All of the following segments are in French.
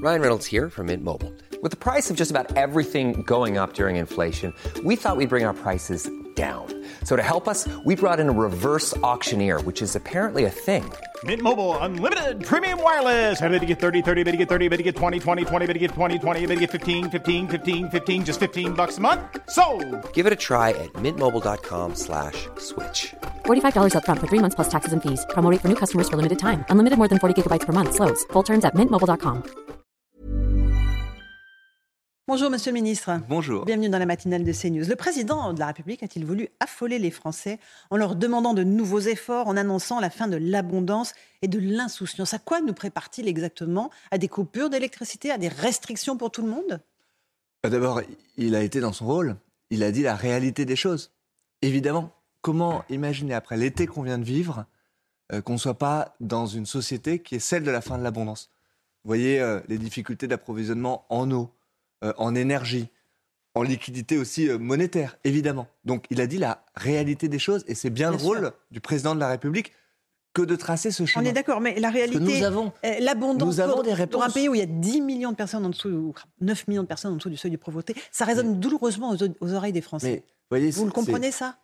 Ryan Reynolds here from Mint Mobile. With the price of just about everything going up during inflation, we thought we'd bring our prices down. So to help us, we brought in a reverse auctioneer, which is apparently a thing. Mint Mobile Unlimited Premium Wireless. How to get 30, 30, bit to get 30, bit to get 20, 20, 20, bit to get 20, 20, bit to get 15, 15, 15, 15, just $15 a month? Sold! Give it a try at mintmobile.com/switch. $45 up front for 3 months plus taxes and fees. Promo rate for new customers for limited time. Unlimited more than 40 gigabytes per month. Slows full terms at mintmobile.com. Bonjour Monsieur le Ministre. Bonjour. Bienvenue dans la matinale de CNews. Le président de la République a-t-il voulu affoler les Français en leur demandant de nouveaux efforts, en annonçant la fin de l'abondance et de l'insouciance? À quoi nous prépare-t-il exactement? À des coupures d'électricité, à des restrictions pour tout le monde? D'abord, il a été dans son rôle. Il a dit la réalité des choses. Évidemment, comment imaginer après l'été qu'on vient de vivre qu'on ne soit pas dans une société qui est celle de la fin de l'abondance? Vous voyez les difficultés d'approvisionnement en eau, en énergie, en liquidité aussi monétaire, évidemment. Donc il a dit la réalité des choses et c'est bien le rôle du président de la République que de tracer ce chemin. On est d'accord, mais la réalité, l'abondance pour un pays où il y a 10 millions de personnes en dessous, ou 9 millions de personnes en dessous du seuil de pauvreté, ça résonne douloureusement aux oreilles des Français. Mais, voyez, vous le comprenez ça?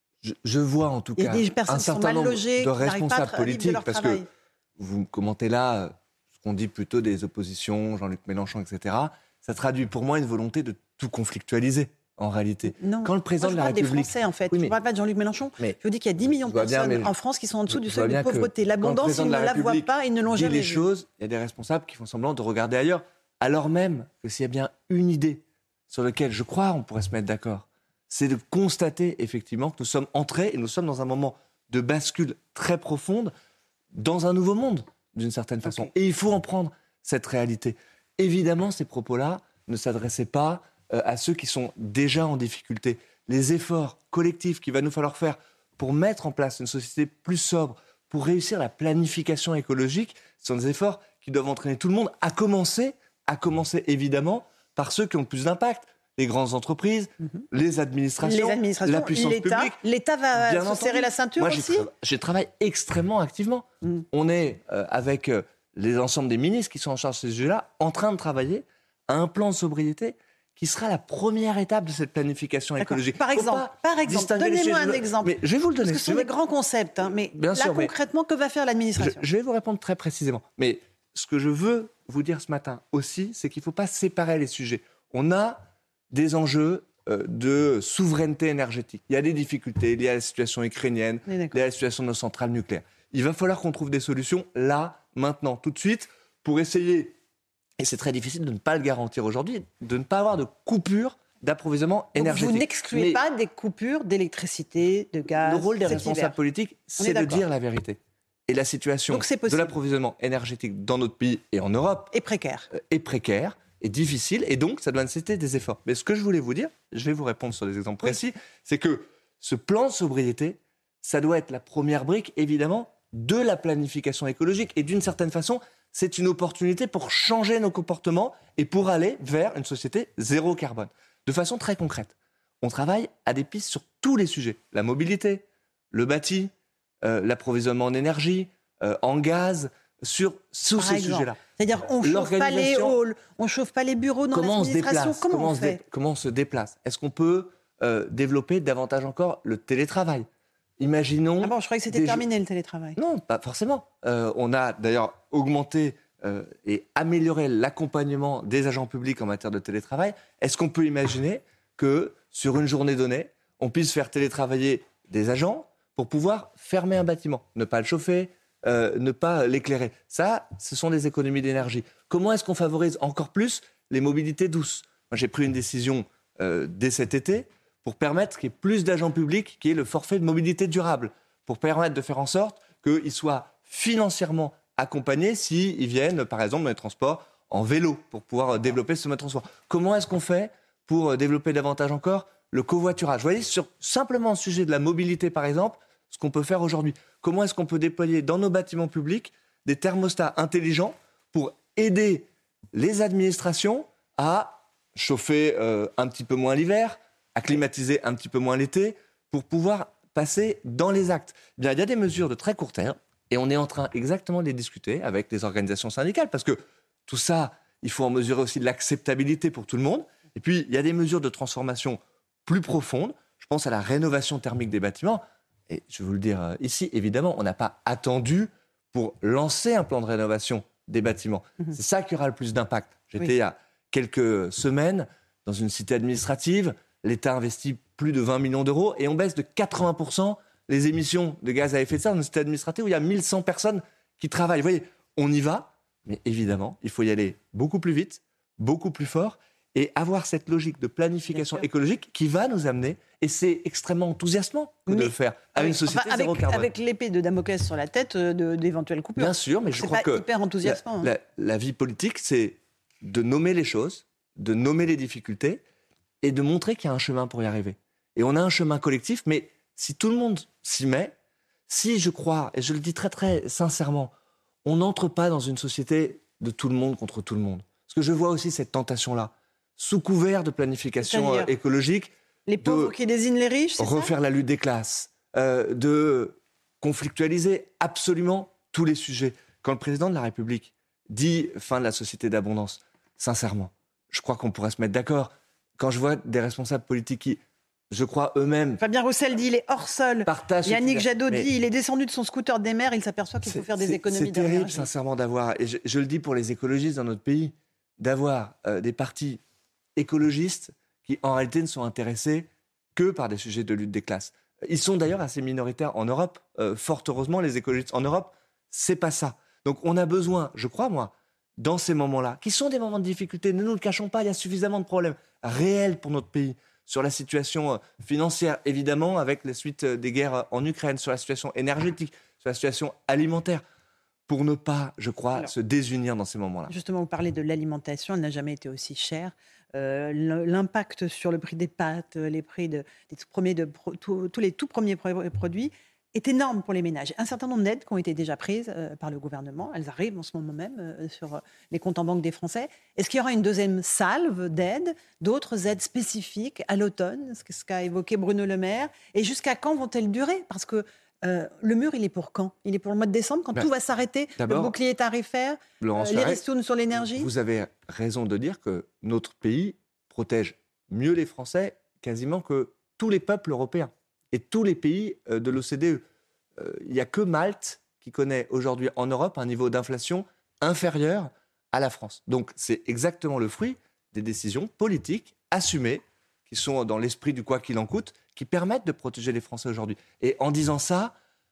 Je vois en tout cas un certain nombre de responsables politiques, parce que vous commentez là ce qu'on dit plutôt des oppositions, Jean-Luc Mélenchon, etc. Ça traduit pour moi une volonté de tout conflictualiser, en réalité. Non. Quand le président de la République... Je parle des Français, en fait. Oui, je ne parle pas de Jean-Luc Mélenchon. Je vous dis qu'il y a 10 millions de personnes en France qui sont en dessous du seuil de pauvreté. L'abondance, ils ne la voient pas, ils ne l'ont jamais vue. Il y a des responsables qui font semblant de regarder ailleurs, alors même que s'il y a bien une idée sur laquelle, je crois, on pourrait se mettre d'accord, c'est de constater, effectivement, que nous sommes entrés, et nous sommes dans un moment de bascule très profonde, dans un nouveau monde, d'une certaine façon. Okay. Et il faut en prendre cette réalité. Évidemment, ces propos-là ne s'adressaient pas à ceux qui sont déjà en difficulté. Les efforts collectifs qu'il va nous falloir faire pour mettre en place une société plus sobre, pour réussir la planification écologique, ce sont des efforts qui doivent entraîner tout le monde, à commencer évidemment par ceux qui ont le plus d'impact. Les grandes entreprises, les administrations, la puissance publique. L'État va se serrer la ceinture aussi. Je travaille extrêmement activement. On est avec l'ensemble des ministres qui sont en charge de ces sujets-là, en train de travailler à un plan de sobriété qui sera la première étape de cette planification écologique. Par exemple, donnez-moi un exemple. Mais je vais vous le donner. Parce que ce sont des grands concepts, mais là, concrètement, que va faire l'administration? Je vais vous répondre très précisément. Mais ce que je veux vous dire ce matin aussi, c'est qu'il ne faut pas séparer les sujets. On a des enjeux de souveraineté énergétique. Il y a des difficultés liées à la situation ukrainienne, liées à la situation de nos centrales nucléaires. Il va falloir qu'on trouve des solutions là, maintenant, tout de suite, pour essayer, et c'est très difficile de ne pas le garantir aujourd'hui, de ne pas avoir de coupure d'approvisionnement énergétique. Vous n'excluez pas des coupures d'électricité, de gaz? Le rôle des responsables politiques, c'est de dire la vérité. Et la situation de l'approvisionnement énergétique dans notre pays et en Europe est précaire. Est difficile, et donc ça doit nécessiter des efforts. Mais ce que je voulais vous dire, je vais vous répondre sur des exemples précis, c'est que ce plan de sobriété, ça doit être la première brique, évidemment, de la planification écologique. Et d'une certaine façon, c'est une opportunité pour changer nos comportements et pour aller vers une société zéro carbone. De façon très concrète, on travaille à des pistes sur tous les sujets. La mobilité, le bâti, l'approvisionnement en énergie, en gaz, sur ces sujets-là. C'est-à-dire on ne chauffe pas les halls, on ne chauffe pas les bureaux dans l'administration. Comment on fait? Comment on se déplace? Est-ce qu'on peut développer davantage encore le télétravail? Imaginons... Ah bon, je croyais que c'était terminé le télétravail. Non, pas forcément. On a d'ailleurs augmenté et amélioré l'accompagnement des agents publics en matière de télétravail. Est-ce qu'on peut imaginer que sur une journée donnée, on puisse faire télétravailler des agents pour pouvoir fermer un bâtiment, ne pas le chauffer, ne pas l'éclairer? Ça, ce sont des économies d'énergie. Comment est-ce qu'on favorise encore plus les mobilités douces? Moi, j'ai pris une décision dès cet été pour permettre qu'il y ait plus d'agents publics, qui aient le forfait de mobilité durable, pour permettre de faire en sorte qu'ils soient financièrement accompagnés s'ils viennent, par exemple, dans les transports en vélo, pour pouvoir développer ce mode de transport. Comment est-ce qu'on fait pour développer davantage encore le covoiturage? Vous voyez, sur simplement le sujet de la mobilité, par exemple, ce qu'on peut faire aujourd'hui. Comment est-ce qu'on peut déployer dans nos bâtiments publics des thermostats intelligents pour aider les administrations à chauffer un petit peu moins l'hiver, à climatiser un petit peu moins l'été, pour pouvoir passer dans les actes? Eh bien, il y a des mesures de très court terme, et on est en train exactement de les discuter avec les organisations syndicales, parce que tout ça il faut en mesurer aussi l'acceptabilité pour tout le monde. Et puis, il y a des mesures de transformation plus profondes. Je pense à la rénovation thermique des bâtiments. Et je vais vous le dire ici, évidemment, on n'a pas attendu pour lancer un plan de rénovation des bâtiments. C'est ça qui aura le plus d'impact. J'étais il y a quelques semaines dans une cité administrative. L'État investit plus de 20 millions d'euros et on baisse de 80% les émissions de gaz à effet de serre dans une cité administrative où il y a 1100 personnes qui travaillent. Vous voyez, on y va, mais évidemment, il faut y aller beaucoup plus vite, beaucoup plus fort et avoir cette logique de planification écologique qui va nous amener, et c'est extrêmement enthousiasmant de le faire, à une société zéro carbone. Avec l'épée de Damoclès sur la tête d'éventuelles coupures. Bien sûr, mais je crois que c'est pas hyper enthousiasmant. La vie politique, c'est de nommer les choses, de nommer les difficultés et de montrer qu'il y a un chemin pour y arriver. Et on a un chemin collectif, mais si tout le monde s'y met, si je crois, et je le dis très très sincèrement, on n'entre pas dans une société de tout le monde contre tout le monde. Parce que je vois aussi cette tentation-là, sous couvert de planification écologique, les pauvres qui désignent les riches, c'est refaire la lutte des classes, de conflictualiser absolument tous les sujets. Quand le président de la République dit fin de la société d'abondance, sincèrement, je crois qu'on pourrait se mettre d'accord. Quand je vois des responsables politiques qui, je crois eux-mêmes... Fabien Roussel dit il est hors sol. Yannick Jadot dit il est descendu de son scooter des mers, il s'aperçoit qu'il faut faire des économies d'énergie. C'est terrible, sincèrement, d'avoir, et je le dis pour les écologistes dans notre pays, d'avoir des partis écologistes qui, en réalité, ne sont intéressés que par des sujets de lutte des classes. Ils sont d'ailleurs assez minoritaires en Europe. Fort heureusement, les écologistes en Europe, c'est pas ça. Donc on a besoin, je crois, moi, dans ces moments-là, qui sont des moments de difficulté, ne nous le cachons pas, il y a suffisamment de problèmes réels pour notre pays, sur la situation financière, évidemment, avec les suites des guerres en Ukraine, sur la situation énergétique, sur la situation alimentaire, pour ne pas, je crois, se désunir dans ces moments-là. Justement, vous parlez de l'alimentation, elle n'a jamais été aussi chère. L'impact sur le prix des pâtes, les prix tous les tout premiers produits est énorme pour les ménages. Un certain nombre d'aides qui ont été déjà prises par le gouvernement, elles arrivent en ce moment même sur les comptes en banque des Français. Est-ce qu'il y aura une deuxième salve d'aides, d'autres aides spécifiques à l'automne, ce qu'a évoqué Bruno Le Maire, et jusqu'à quand vont-elles durer ? Parce que le mur, il est pour quand ? Il est pour le mois de décembre, quand tout va s'arrêter, le bouclier tarifaire, les ristournes sur l'énergie ? Vous avez raison de dire que notre pays protège mieux les Français quasiment que tous les peuples européens et tous les pays de l'OCDE. Il n'y a que Malte qui connaît aujourd'hui en Europe un niveau d'inflation inférieur à la France. Donc c'est exactement le fruit des décisions politiques assumées qui sont dans l'esprit du quoi qu'il en coûte, qui permettent de protéger les Français aujourd'hui. Et en disant ça,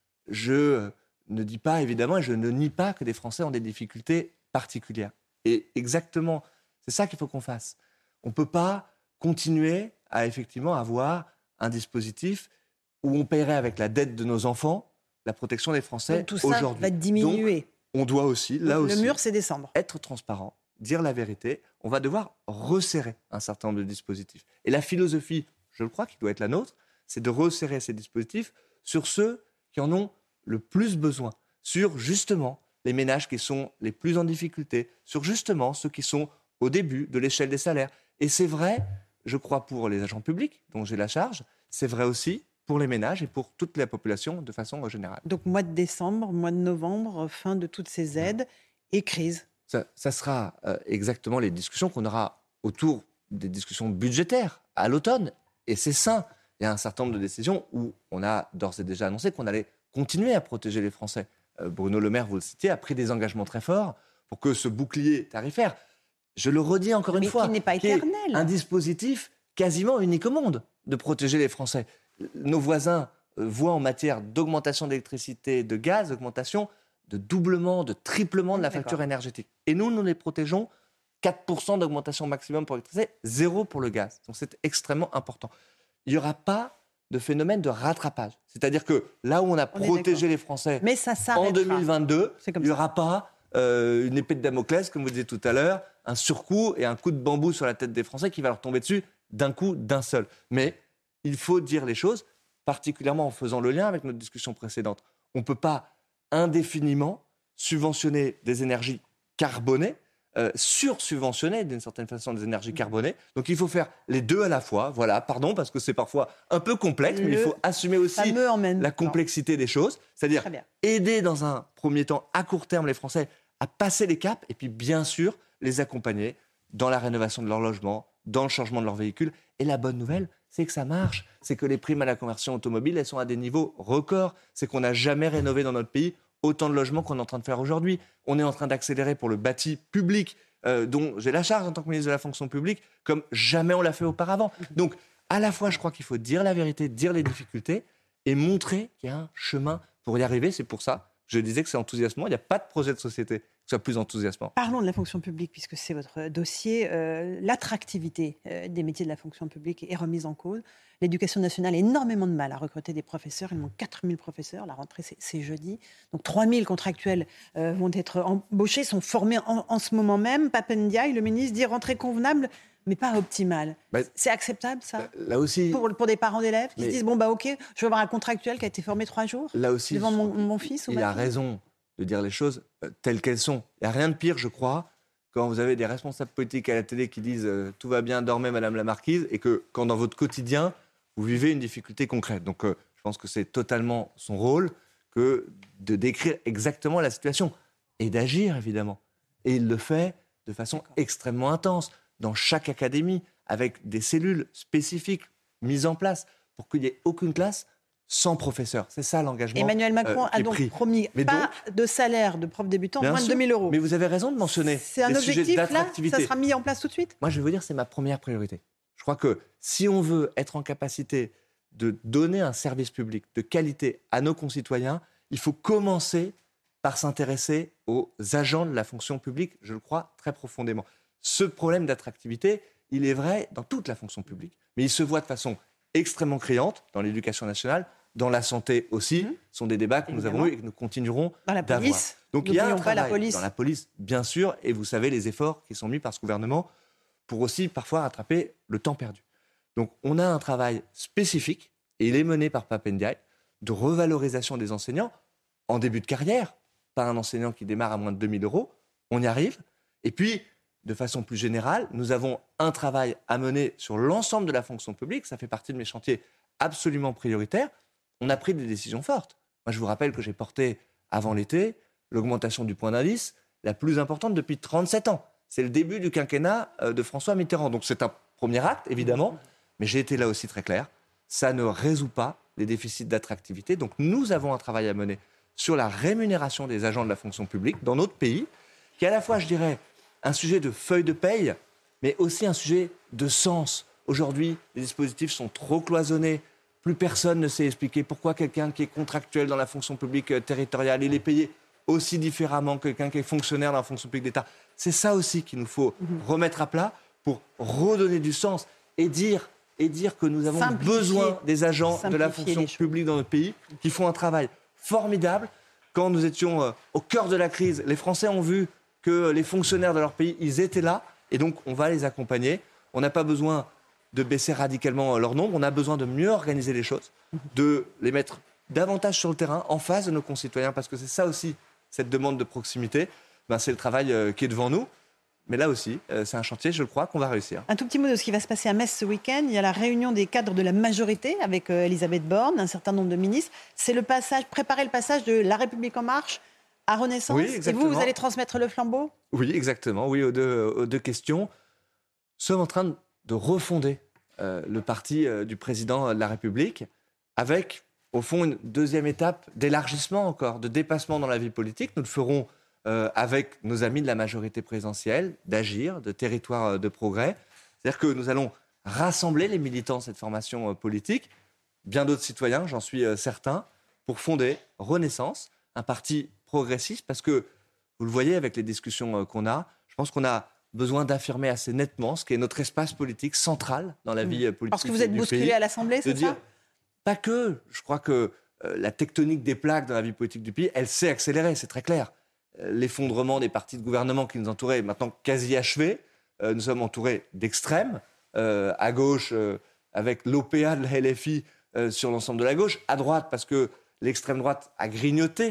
je ne dis pas, évidemment, et je ne nie pas que des Français ont des difficultés particulières. Et exactement, c'est ça qu'il faut qu'on fasse. On ne peut pas continuer à effectivement avoir un dispositif où on paierait avec la dette de nos enfants la protection des Français aujourd'hui. Tout ça va diminuer. Donc, on doit aussi, le mur, c'est décembre. Être transparent, dire la vérité. On va devoir resserrer un certain nombre de dispositifs. Et la philosophie, je le crois, qui doit être la nôtre, c'est de resserrer ces dispositifs sur ceux qui en ont le plus besoin, sur justement les ménages qui sont les plus en difficulté, sur justement ceux qui sont au début de l'échelle des salaires. Et c'est vrai, je crois, pour les agents publics dont j'ai la charge, c'est vrai aussi pour les ménages et pour toute la population de façon générale. Donc mois de décembre, mois de novembre, fin de toutes ces aides et crise. Ça sera exactement les discussions qu'on aura autour des discussions budgétaires à l'automne. Et c'est sain. Il y a un certain nombre de décisions où on a d'ores et déjà annoncé qu'on allait continuer à protéger les Français. Bruno Le Maire, vous le citiez, a pris des engagements très forts pour que ce bouclier tarifaire, je le redis encore une fois, qui n'est pas éternel, un dispositif quasiment unique au monde de protéger les Français. Nos voisins voient en matière d'augmentation d'électricité, de gaz, augmentation de doublement, de triplement de la facture énergétique. Et nous les protégeons, 4% d'augmentation maximum pour l'électricité, 0 pour le gaz. Donc c'est extrêmement important. Il n'y aura pas de phénomène de rattrapage. C'est-à-dire que là où on a protégé les Français en 2022, il n'y aura pas une épée de Damoclès, comme vous disiez tout à l'heure, un surcoût et un coup de bambou sur la tête des Français qui va leur tomber dessus d'un coup, d'un seul. Mais il faut dire les choses, particulièrement en faisant le lien avec notre discussion précédente. On ne peut pas indéfiniment subventionner des énergies carbonées, sur-subventionner d'une certaine façon des énergies carbonées. Donc il faut faire les deux à la fois. Voilà, pardon, parce que c'est parfois un peu complexe, mais il faut assumer aussi la complexité des choses. C'est-à-dire aider dans un premier temps, à court terme, les Français à passer les caps, et puis bien sûr les accompagner dans la rénovation de leur logement, dans le changement de leur véhicule. Et la bonne nouvelle, c'est que ça marche. C'est que les primes à la conversion automobile, elles sont à des niveaux records. C'est qu'on n'a jamais rénové dans notre pays autant de logements qu'on est en train de faire aujourd'hui. On est en train d'accélérer pour le bâti public, dont j'ai la charge en tant que ministre de la fonction publique, comme jamais on l'a fait auparavant. Donc, à la fois, je crois qu'il faut dire la vérité, dire les difficultés et montrer qu'il y a un chemin pour y arriver. C'est pour ça que je disais que c'est enthousiasmant. Il n'y a pas de projet de société qui soit plus enthousiasmant. Parlons de la fonction publique, puisque c'est votre dossier. L'attractivité des métiers de la fonction publique est remise en cause. L'éducation nationale a énormément de mal à recruter des professeurs. Il manque 4 000 professeurs. La rentrée, c'est jeudi. Donc 3 000 contractuels vont être embauchés, sont formés en ce moment même. Pap Ndiaye, le ministre, dit rentrée convenable, mais pas optimale. C'est acceptable, ça là aussi, pour des parents d'élèves qui se disent, bon, bah ok, je vais avoir un contractuel qui a été formé 3 jours là aussi, devant mon fils ou ma il a fille. raison de dire les choses telles qu'elles sont. Il n'y a rien de pire, je crois, quand vous avez des responsables politiques à la télé qui disent « tout va bien, dormez Madame la Marquise » et que quand dans votre quotidien, vous vivez une difficulté concrète. Donc je pense que c'est totalement son rôle que de décrire exactement la situation et d'agir, évidemment. Et il le fait de façon extrêmement intense, dans chaque académie, avec des cellules spécifiques mises en place pour qu'il n'y ait aucune classe sans professeur. C'est ça l'engagement. Emmanuel Macron a donc promis de salaire de prof débutant, moins de 2 000 euros. Mais vous avez raison de mentionner c'est un les objectif, sujets d'attractivité. Là, ça sera mis en place tout de suite. Moi, je vais vous dire, c'est ma première priorité. Je crois que si on veut être en capacité de donner un service public de qualité à nos concitoyens, il faut commencer par s'intéresser aux agents de la fonction publique, je le crois très profondément. Ce problème d'attractivité, il est vrai dans toute la fonction publique, mais il se voit de façon extrêmement criante dans l'éducation nationale, dans la santé aussi. Ce sont des débats que nous avons eus et que nous continuerons d'avoir. Dans la police. Donc il y a un travail dans la police, bien sûr, et vous savez les efforts qui sont mis par ce gouvernement pour aussi parfois rattraper le temps perdu. Donc on a un travail spécifique, et il est mené par Pap Ndiaye, de revalorisation des enseignants en début de carrière, pas un enseignant qui démarre à moins de 2 000 euros, on y arrive. Et puis, de façon plus générale, nous avons un travail à mener sur l'ensemble de la fonction publique, ça fait partie de mes chantiers absolument prioritaires. On a pris des décisions fortes. Moi, je vous rappelle que j'ai porté, avant l'été, l'augmentation du point d'indice la plus importante depuis 37 ans. C'est le début du quinquennat de François Mitterrand. Donc c'est un premier acte, évidemment, mais j'ai été là aussi très clair. Ça ne résout pas les déficits d'attractivité. Donc nous avons un travail à mener sur la rémunération des agents de la fonction publique dans notre pays, qui est à la fois, je dirais, un sujet de feuille de paye, mais aussi un sujet de sens. Aujourd'hui, les dispositifs sont trop cloisonnés. Plus personne ne sait expliquer pourquoi quelqu'un qui est contractuel dans la fonction publique territoriale, il est payé aussi différemment que quelqu'un qui est fonctionnaire dans la fonction publique d'État. C'est ça aussi qu'il nous faut remettre à plat pour redonner du sens et dire que nous avons besoin des agents de la fonction publique dans notre pays qui font un travail formidable. Quand nous étions au cœur de la crise, les Français ont vu que les fonctionnaires de leur pays, ils étaient là, et donc on va les accompagner. On n'a pas besoin de baisser radicalement leur nombre, on a besoin de mieux organiser les choses, de les mettre davantage sur le terrain, en face de nos concitoyens, parce que c'est ça aussi, cette demande de proximité. C'est le travail qui est devant nous. Mais là aussi, c'est un chantier, je crois, qu'on va réussir. Un tout petit mot de ce qui va se passer à Metz ce week-end. Il y a la réunion des cadres de la majorité avec Elisabeth Borne, un certain nombre de ministres. C'est préparer le passage de La République En Marche à Renaissance. Oui, et vous allez transmettre le flambeau ? Oui, exactement. Oui, aux deux questions. Nous sommes en train de refonder le parti du président de la République avec, au fond, une deuxième étape d'élargissement encore, de dépassement dans la vie politique. Nous le ferons avec nos amis de la majorité présidentielle, d'Agir, de Territoire de Progrès. C'est-à-dire que nous allons rassembler les militants de cette formation politique, bien d'autres citoyens, j'en suis certain, pour fonder Renaissance, un parti progressiste, parce que, vous le voyez avec les discussions qu'on a, je pense qu'on a besoin d'affirmer assez nettement ce qui est notre espace politique central dans la vie politique du pays. Parce que vous êtes bousculé à l'Assemblée, c'est ça ? Pas que. Je crois que la tectonique des plaques dans la vie politique du pays, elle s'est accélérée, c'est très clair. L'effondrement des partis de gouvernement qui nous entouraient est maintenant quasi achevé. Nous sommes entourés d'extrêmes, à gauche avec l'OPA de la LFI sur l'ensemble de la gauche, à droite parce que l'extrême droite a grignoté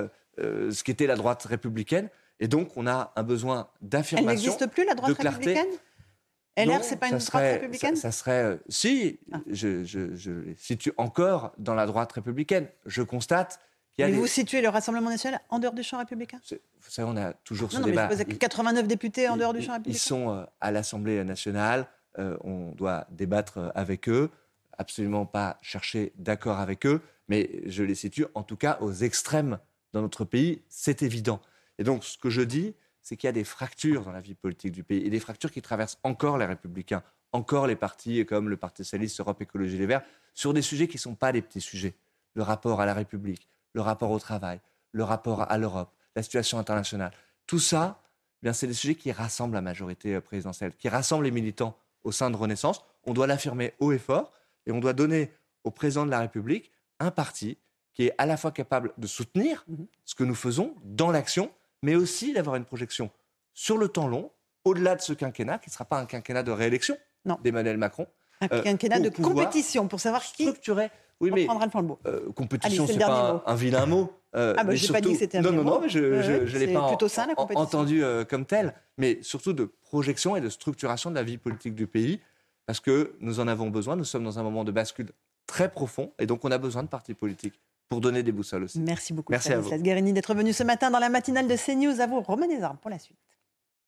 ce qu'était la droite républicaine. Et donc on a un besoin d'affirmation. Elle n'existe plus, la droite républicaine ? LR, c'est pas une droite républicaine ? Ça serait... Si, je les situe encore dans la droite républicaine. Je constate Mais vous situez le Rassemblement national en dehors du champ républicain ? Vous savez, on a toujours ce Non, débat. mais je posais 89 députés en dehors du champ républicain. Ils sont à l'Assemblée nationale, on doit débattre avec eux, absolument pas chercher d'accord avec eux, mais je les situe en tout cas aux extrêmes dans notre pays, c'est évident. Et donc ce que je dis, c'est qu'il y a des fractures dans la vie politique du pays, et des fractures qui traversent encore les Républicains, encore les partis comme le Parti socialiste, Europe Écologie Les Verts, sur des sujets qui ne sont pas des petits sujets. Le rapport à la République, le rapport au travail, le rapport à l'Europe, la situation internationale. Tout ça, eh bien, c'est des sujets qui rassemblent la majorité présidentielle, qui rassemblent les militants au sein de Renaissance. On doit l'affirmer haut et fort, et on doit donner au président de la République un parti qui est à la fois capable de soutenir ce que nous faisons dans l'action, mais aussi d'avoir une projection sur le temps long, au-delà de ce quinquennat, qui ne sera pas un quinquennat de réélection d'Emmanuel Macron. Un quinquennat de compétition pour savoir qui prendra le flambeau. Compétition, c'est pas un vilain mot. Je n'ai pas dit que c'était un vilain mot. Non, mais je ne l'ai pas plutôt sain, la compétition. entendu comme tel, mais surtout de projection et de structuration de la vie politique du pays, parce que nous en avons besoin. Nous sommes dans un moment de bascule très profond, et donc on a besoin de partis politiques pour donner des boussoles aussi. Merci beaucoup, Merci à vous. Stanislas Guerini, d'être venu ce matin dans la matinale de CNews. À vous, Romain Desarmes, pour la suite.